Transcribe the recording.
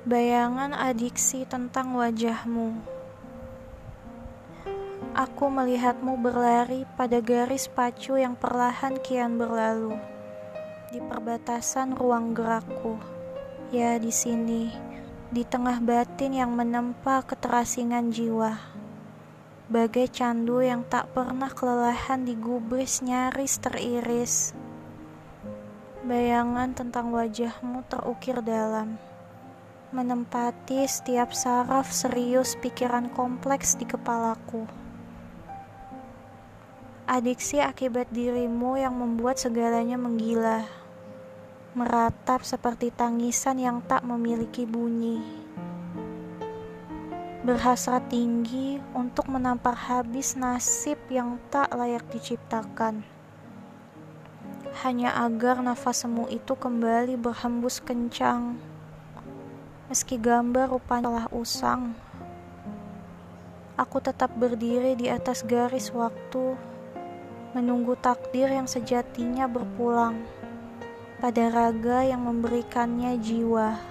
Bayangan adiksi tentang wajahmu. Aku melihatmu berlari pada garis pacu yang perlahan kian berlalu di perbatasan ruang gerakku. Ya, di sini, di tengah batin yang menempa keterasingan jiwa. Bagai candu yang tak pernah kelelahan digubris nyaris teriris. Bayangan tentang wajahmu terukir dalam, menempati setiap saraf serius pikiran kompleks di kepalaku. Adiksi akibat dirimu yang membuat segalanya menggila, meratap seperti tangisan yang tak memiliki bunyi. Berhasrat tinggi untuk menampar habis nasib yang tak layak diciptakan, hanya agar nafas semu itu kembali berhembus kencang. Meski gambar rupanya telah usang, aku tetap berdiri di atas garis waktu, menunggu takdir yang sejatinya berpulang pada raga yang memberikannya jiwa.